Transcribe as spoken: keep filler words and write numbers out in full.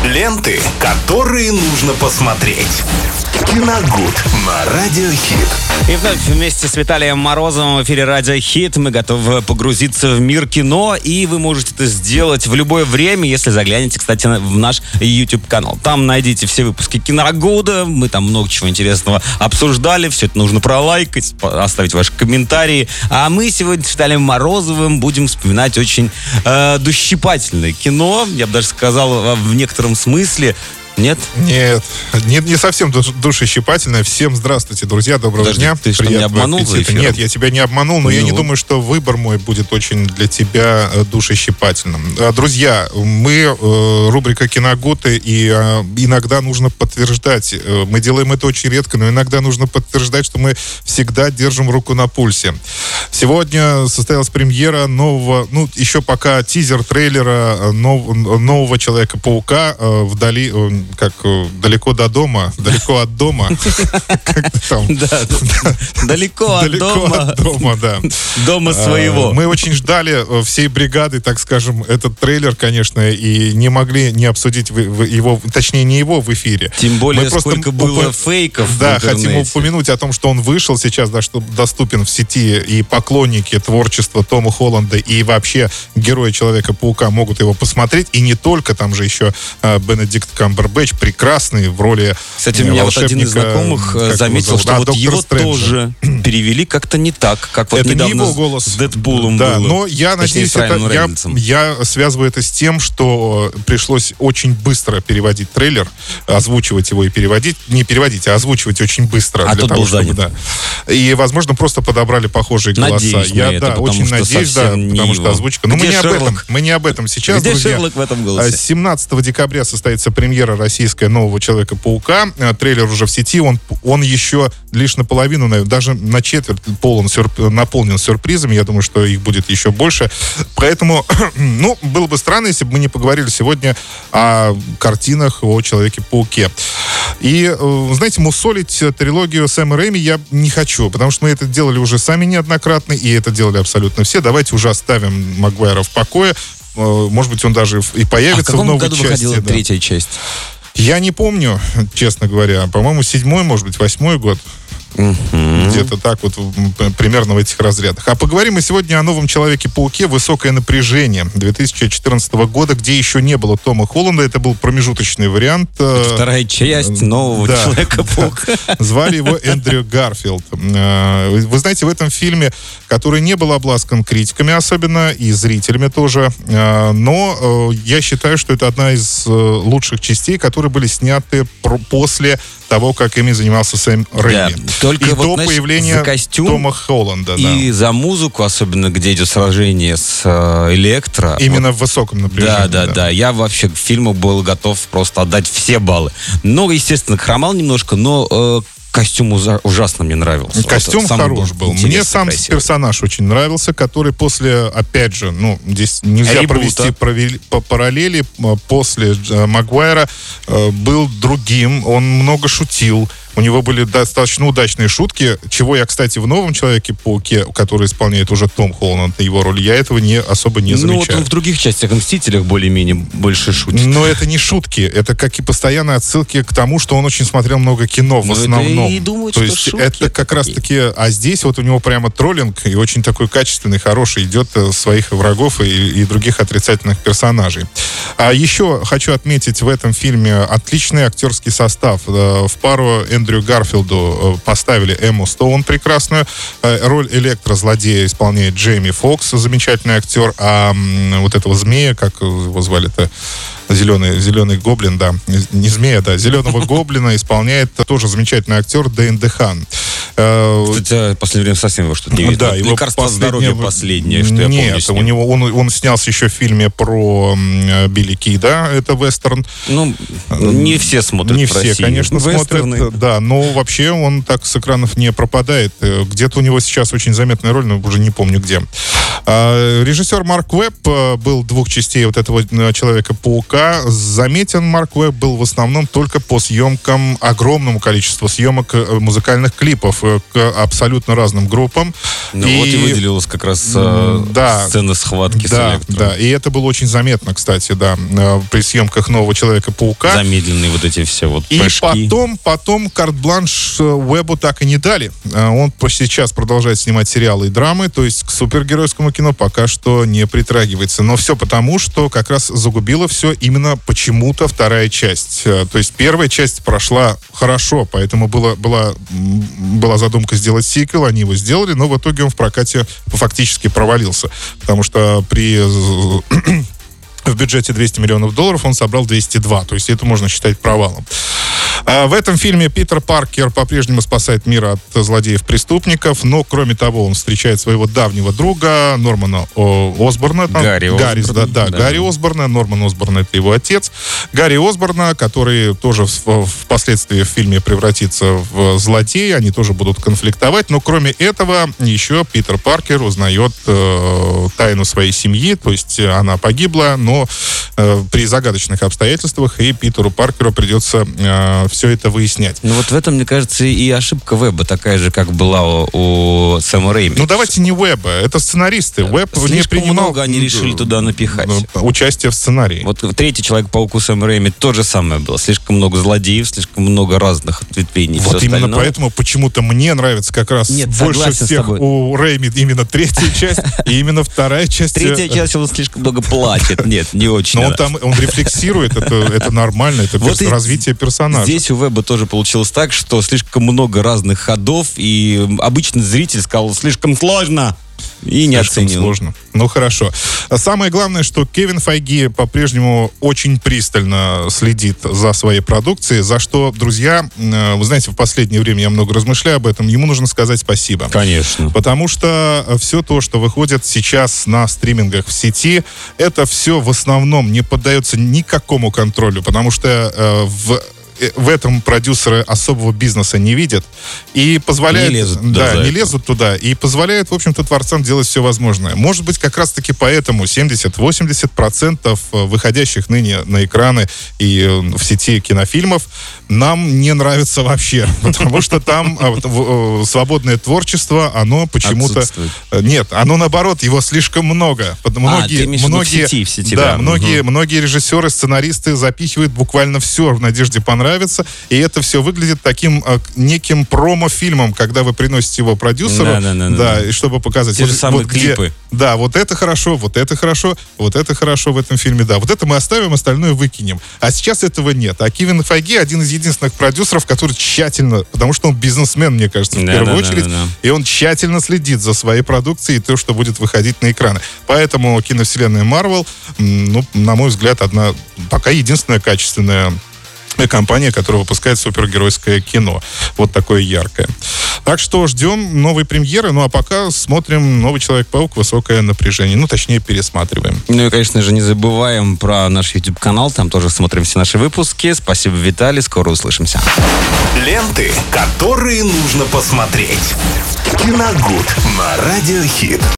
Ленты, которые нужно посмотреть. Киногуд на Радио Хит. И вновь вместе с Виталием Морозовым в эфире Радио Хит мы готовы погрузиться в мир кино, и вы можете это сделать в любое время, если заглянете, кстати, в наш YouTube-канал. Там найдите все выпуски Киногуда, мы там много чего интересного обсуждали, все это нужно пролайкать, оставить ваши комментарии. А мы сегодня с Виталием Морозовым будем вспоминать очень э, душещипательное кино, я бы даже сказал, в некотором смысле. Нет? Нет, не, не совсем душещипательное. Всем здравствуйте, друзья, доброго Подожди, дня. Ты что, меня обманул за эфиром? Нет, я тебя не обманул, но ну. я не думаю, что выбор мой будет очень для тебя душещипательным. Друзья, мы, рубрика «Киногуты», и иногда нужно подтверждать, мы делаем это очень редко, но иногда нужно подтверждать, что мы всегда держим руку на пульсе. Сегодня состоялась премьера нового, ну, еще пока тизер трейлера нов, нового Человека-паука вдали... как далеко до дома, далеко от дома. Далеко от дома. да. Дома своего. Мы очень ждали всей бригады, так скажем, этот трейлер, конечно, и не могли не обсудить его, точнее, не его в эфире. Тем более, сколько было фейков в интернете. Да, хотим упомянуть о том, что он вышел сейчас, да, что доступен в сети, и поклонники творчества Тома Холланда и вообще герои Человека-паука могут его посмотреть. И не только, там же еще Бенедикт Камбербэтч прекрасный в роли Кстати, у меня вот один из знакомых заметил, что да, вот его Стрэнджа. Тоже перевели как-то не так, как вот это недавно не его голос. С Дэдпулом да, было. Но я Точнее, надеюсь, это, я, я связываю это с тем, что пришлось очень быстро переводить трейлер, озвучивать его и переводить. Не переводить, а озвучивать очень быстро. А для тот того, был чтобы, занят. Да. И, возможно, просто подобрали похожие надеюсь голоса. Я это, да, очень надеюсь, да, потому что озвучка. Но мы не, об этом, мы не об этом сейчас, Где друзья. Шерлок в этом голосе? семнадцатого декабря состоится премьера российская нового Человека-паука. Трейлер уже в сети, он, он еще лишь наполовину, даже на четверть полон сюрп... наполнен сюрпризами. Я думаю, что их будет еще больше. Поэтому, ну, было бы странно, если бы мы не поговорили сегодня о картинах о Человеке-пауке. И, знаете, мусолить трилогию Сэма Рэйми я не хочу, потому что мы это делали уже сами неоднократно, и это делали абсолютно все. Давайте уже оставим Магуайра в покое. Может быть, он даже и появится а в, в новой году части. выходила да. третья часть? Я не помню, честно говоря. По-моему, седьмой, может быть, восьмой год. Uh-huh. Где-то так вот, примерно в этих разрядах. А поговорим мы сегодня о новом Человеке-пауке «Высокое напряжение» две тысячи четырнадцатого года, где еще не было Тома Холланда. Это был промежуточный вариант. Это вторая часть нового да. Человека-паука. Звали его Эндрю Гарфилд. Вы знаете, в этом фильме, который не был обласкан критиками особенно, и зрителями тоже, но я считаю, что это одна из лучших частей, которые были сняты после того, как ими занимался Сэм Рэйми. Да, только и вот, до знаешь, появления за костюм Тома Холланда. И да. за музыку, особенно где идет сражение с э, Электро. Именно вот, в высоком напряжении. Да, да, да, да. Я вообще к фильму был готов просто отдать все баллы. Но, естественно, хромал немножко, но... Э, Костюм ужасно мне нравился. Костюм вот, хорош был. Мне сам красивый. персонаж очень нравился, который после, опять же, ну, здесь нельзя Ребута. провести провели, по параллели, после э, Магуайра э, был другим, он много шутил. У него были достаточно удачные шутки, чего я, кстати, в новом Человеке-пауке, который исполняет уже Том Холланд на его роль, я этого не, особо не замечаю. Ну, вот он в других частях, «Мстителях» более-менее больше шутит. Но это не шутки, это как и постоянные отсылки к тому, что он очень смотрел много кино в ну, основном. Это и думают, То есть шутки это как раз-таки... А здесь вот у него прямо троллинг, и очень такой качественный, хороший, идет своих врагов и, и других отрицательных персонажей. А еще хочу отметить в этом фильме отличный актерский состав. В пару Эндрю Гарфилду поставили Эмму Стоун прекрасную. Роль Электро-злодея исполняет Джейми Фокс, замечательный актер. А вот этого змея, как его звали-то? Зеленый, зеленый гоблин, да. Не змея, да. Зеленого гоблина исполняет тоже замечательный актер Дэйн Дехан. Кстати, в последнее время совсем его что-то не видно. Да, его «Лекарство здоровья» последнее, что я помню. Нет, у него, он, он снялся еще в фильме про Билли Кида, это вестерн. Ну, не все смотрят Не в все, России. конечно, Вестерны. смотрят. Да, но вообще он так с экранов не пропадает. Где-то у него сейчас очень заметная роль, но уже не помню где. Режиссер Марк Уэбб был двух частей вот этого Человека-паука. Заметен Марк Уэбб был в основном только по съемкам, огромному количеству съемок музыкальных клипов. к абсолютно разным группам. Ну и... вот и выделилась как раз э, да, сцена схватки да, с Электро. Да, и это было очень заметно, кстати, да, при съемках «Нового Человека-паука». Замедленные вот эти все вот и прыжки. потом, потом карт-бланш Уэббу так и не дали. Он сейчас продолжает снимать сериалы и драмы, то есть к супергеройскому кино пока что не притрагивается. Но все потому, что как раз загубила все именно почему-то вторая часть. То есть первая часть прошла хорошо, поэтому было, была, была задумка сделать сиквел, они его сделали, но в итоге он в прокате фактически провалился, потому что при в бюджете двести миллионов долларов он собрал двести два, то есть это можно считать провалом. А в этом фильме Питер Паркер по-прежнему спасает мир от злодеев-преступников, но, кроме того, он встречает своего давнего друга Нормана Осборна. Там, Гарри Гарри, Осборна. Да, да, да, Гарри Осборна. Норман Осборн — это его отец. Гарри Осборна, который тоже впоследствии в фильме превратится в злодея, они тоже будут конфликтовать, но, кроме этого, еще Питер Паркер узнает э, тайну своей семьи, то есть она погибла, но э, при загадочных обстоятельствах, и Питеру Паркеру придется э, все это выяснять. Ну вот в этом, мне кажется, и ошибка Уэбба такая же, как была у, у Сэма Рэйми. Ну давайте не Уэбба, это сценаристы. Уэбб Слишком не принимал много они решили туда напихать. Участие в сценарии. Вот третий Человек-паук у Сэма Рэйми то же самое было. Слишком много злодеев, слишком много разных ответвлений. Вот именно остальное. Поэтому почему-то мне нравится как раз Нет, больше всех у Рэйми именно третья часть, и именно вторая часть. Третья часть он слишком много плачет. Нет, не очень. Но он там, он рефлексирует, это нормально, это развитие персонажа. Здесь у Уэбба тоже получилось так, что слишком много разных ходов, и обычный зритель сказал, слишком сложно. И не Слишком оценил. сложно. Ну, хорошо. Самое главное, что Кевин Файги по-прежнему очень пристально следит за своей продукцией, за что, друзья, вы знаете, в последнее время я много размышляю об этом, ему нужно сказать спасибо. Конечно. Потому что все то, что выходит сейчас на стримингах в сети, это все в основном не поддается никакому контролю, потому что э, в в этом продюсеры особого бизнеса не видят и позволяют, не лезут, да, да, не лезут туда и позволяют, в общем-то, творцам делать все возможное. Может быть, как раз-таки поэтому семьдесят-восемьдесят процентов выходящих ныне на экраны и в сети кинофильмов нам не нравится вообще, потому что там свободное творчество, оно почему-то нет, оно наоборот, его слишком много. Многие, а, многие, в сети, в сети, да, да. многие, угу. многие режиссеры, сценаристы запихивают буквально все в надежде понравиться. И это все выглядит таким э, неким промо-фильмом, когда вы приносите его продюсеру, да, да, да, да, да. и чтобы показать. Те вот, же самые вот клипы. Где, да, вот это хорошо, вот это хорошо, вот это хорошо в этом фильме, да. Вот это мы оставим, остальное выкинем. А сейчас этого нет. А Кевин Файги один из единственных продюсеров, который тщательно, потому что он бизнесмен, мне кажется, в да, первую да, очередь, да, да, да. и он тщательно следит за своей продукцией и то, что будет выходить на экраны. Поэтому киновселенная Marvel, ну, на мой взгляд, одна пока единственная качественная компания, которая выпускает супергеройское кино. Вот такое яркое. Так что ждем новой премьеры. Ну, а пока смотрим «Новый Человек-паук. Высокое напряжение». Ну, точнее, пересматриваем. Ну и, конечно же, не забываем про наш YouTube-канал. Там тоже смотрим все наши выпуски. Спасибо, Виталий. Скоро услышимся. Ленты, которые нужно посмотреть. Киногуд на Радио Хит.